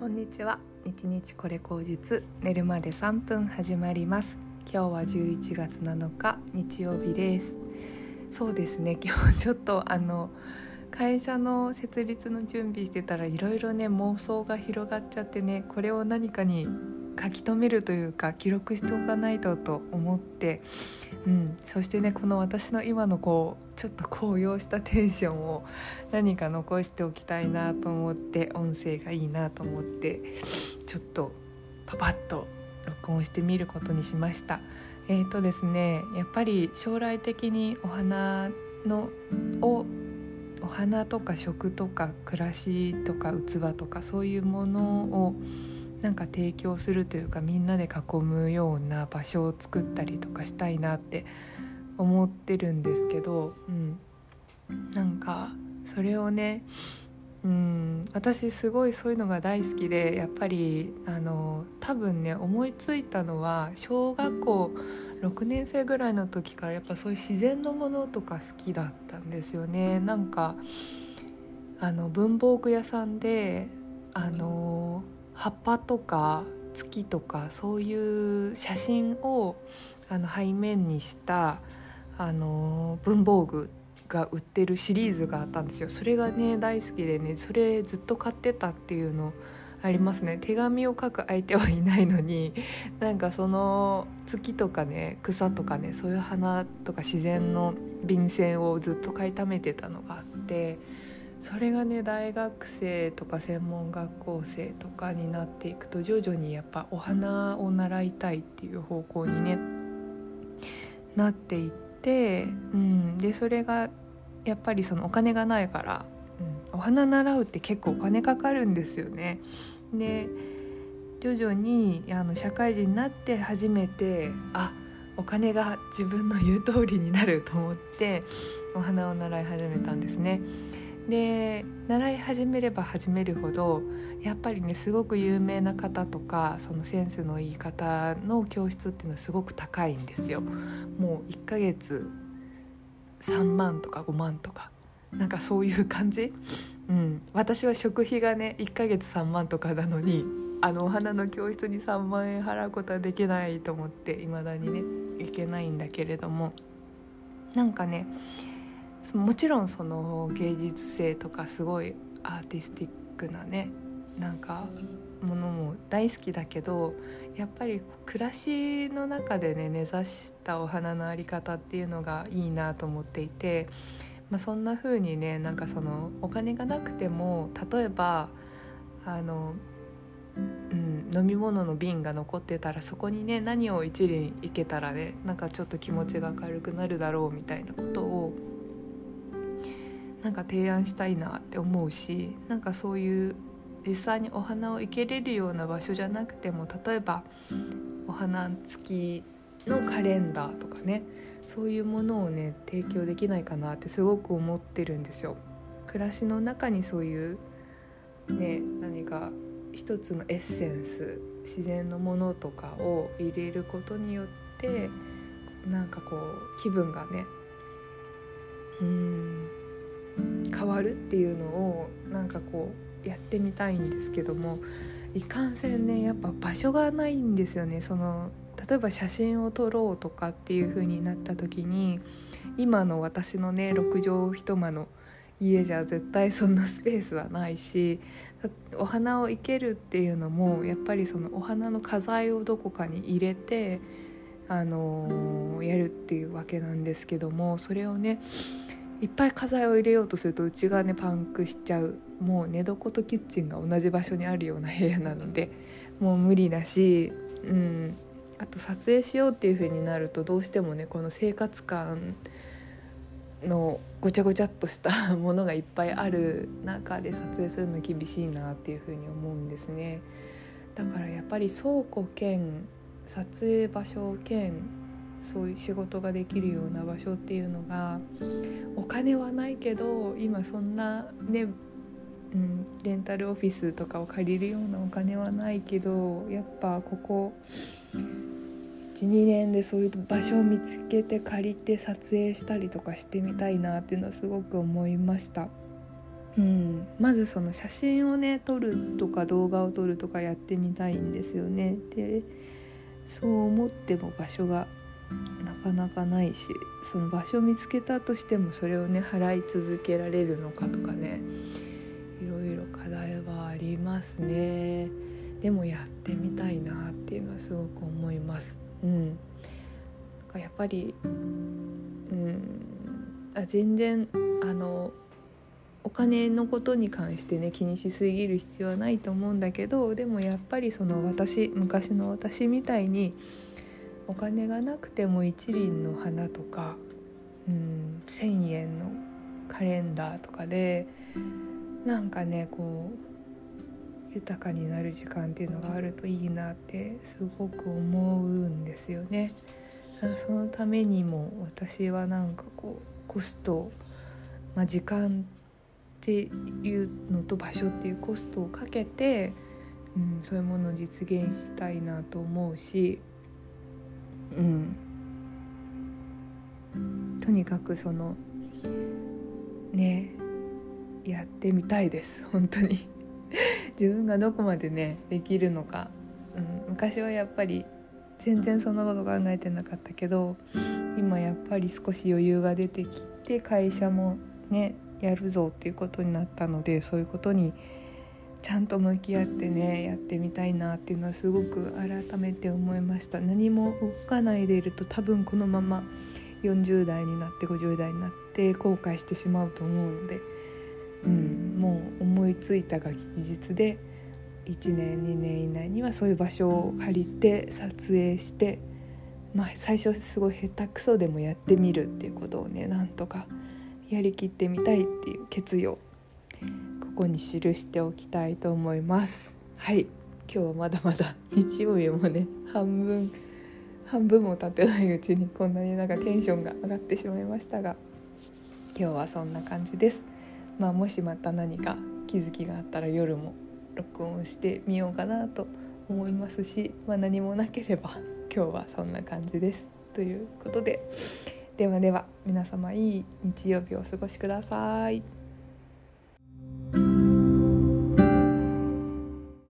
こんにちは。1日これ口実、寝るまで3分始まります。今日は11月7日日曜日です。そうですね、今日ちょっと会社の設立の準備してたらいろいろね妄想が広がっちゃってね、これを何かに書き留めるというか記録しておかないとと思って、そしてねこの私の今のちょっと高揚したテンションを何か残しておきたいなと思って、音声がいいなと思ってちょっとパパッと録音してみることにしました。ですね、やっぱり将来的にお花とか食とか暮らしとか器とかそういうものをなんか提供するというか、みんなで囲むような場所を作ったりとかしたいなって思ってるんですけど、なんかそれをね、私すごいそういうのが大好きで、やっぱり多分ね思いついたのは小学校6年生ぐらいの時からやっぱそういう自然のものとか好きだったんですよね。なんか文房具屋さんで葉っぱとか月とかそういう写真を背面にした文房具が売ってるシリーズがあったんですよ。それがね大好きでね、それずっと買ってたっていうのありますね。手紙を書く相手はいないのになんかその月とかね草とかね、そういう花とか自然の便箋をずっと買い溜めてたのがあって、それがね大学生とか専門学校生とかになっていくと徐々にやっぱお花を習いたいっていう方向にねなっていって、でそれがやっぱりそのお金がないから、お花習うって結構お金かかるんですよね。で徐々に社会人になって初めてお金が自分の言う通りになると思ってお花を習い始めたんですね。で習い始めれば始めるほどやっぱりねすごく有名な方とかそのセンスのいい方の教室っていうのはすごく高いんですよ。もう1ヶ月3万とか5万とかなんかそういう感じ、私は食費がね1ヶ月3万とかなのにお花の教室に3万円払うことはできないと思って未だにねいけないんだけれども、なんかねもちろんその芸術性とかすごいアーティスティックなねなんかものも大好きだけど、やっぱり暮らしの中でね根ざしたお花のあり方っていうのがいいなと思っていて、そんな風にねなんかそのお金がなくても例えば飲み物の瓶が残ってたらそこにね何を一輪いけたらねなんかちょっと気持ちが軽くなるだろうみたいなことをなんか提案したいなって思うし、なんかそういう実際にお花を生けれるような場所じゃなくても例えばお花付きのカレンダーとかね、そういうものをね提供できないかなってすごく思ってるんですよ。暮らしの中にそういうね何か一つのエッセンス自然のものとかを入れることによってなんか気分がね変わるっていうのをなんかやってみたいんですけども、いかんせんねやっぱ場所がないんですよね。その例えば写真を撮ろうとかっていう風になった時に今の私のね6畳一間の家じゃ絶対そんなスペースはないし、お花を生けるっていうのもやっぱりそのお花の花材をどこかに入れてやるっていうわけなんですけども、それをねいっぱい花材を入れようとするとうちがねパンクしちゃう。もう寝床とキッチンが同じ場所にあるような部屋なのでもう無理だし、あと撮影しようっていう風になるとどうしてもねこの生活感のごちゃごちゃっとしたものがいっぱいある中で撮影するの厳しいなっていう風に思うんですね。だからやっぱり倉庫兼撮影場所兼そういう仕事ができるような場所っていうのがお金はないけど今そんなね、レンタルオフィスとかを借りるようなお金はないけど、やっぱここ 1,2 年でそういう場所を見つけて借りて撮影したりとかしてみたいなっていうのはすごく思いました。 まずその写真をね撮るとか動画を撮るとかやってみたいんですよね。でそう思っても場所がなかなかないし、その場所を見つけたとしてもそれをね払い続けられるのかとかね、いろいろ課題はありますね。でもやってみたいなっていうのはすごく思います。やっぱり全然お金のことに関してね気にしすぎる必要はないと思うんだけど、でもやっぱりその昔の私みたいにお金がなくても一輪の花とか、1000円のカレンダーとかでなんかねこう豊かになる時間っていうのがあるといいなってすごく思うんですよね。そのためにも私はなんかこうコスト、時間っていうのと場所っていうコストをかけて、そういうものを実現したいなと思うし、とにかくそのねやってみたいです本当に自分がどこまでねできるのか、昔はやっぱり全然そんなこと考えてなかったけど、今やっぱり少し余裕が出てきて会社もねやるぞっていうことになったので、そういうことにちゃんと向き合ってねやってみたいなっていうのはすごく改めて思いました。何も動かないでいると多分このまま40代になって50代になって後悔してしまうと思うので、もう思いついたが吉日で1年2年以内にはそういう場所を借りて撮影して、最初すごい下手くそでもやってみるっていうことをねなんとかやりきってみたいっていう決意をここに記しておきたいと思います。はい、今日はまだまだ日曜日もね半分も経ってないうちにこんなになんかテンションが上がってしまいましたが、今日はそんな感じです。もしまた何か気づきがあったら夜も録音してみようかなと思いますし、何もなければ今日はそんな感じですということで、では皆様いい日曜日をお過ごしください。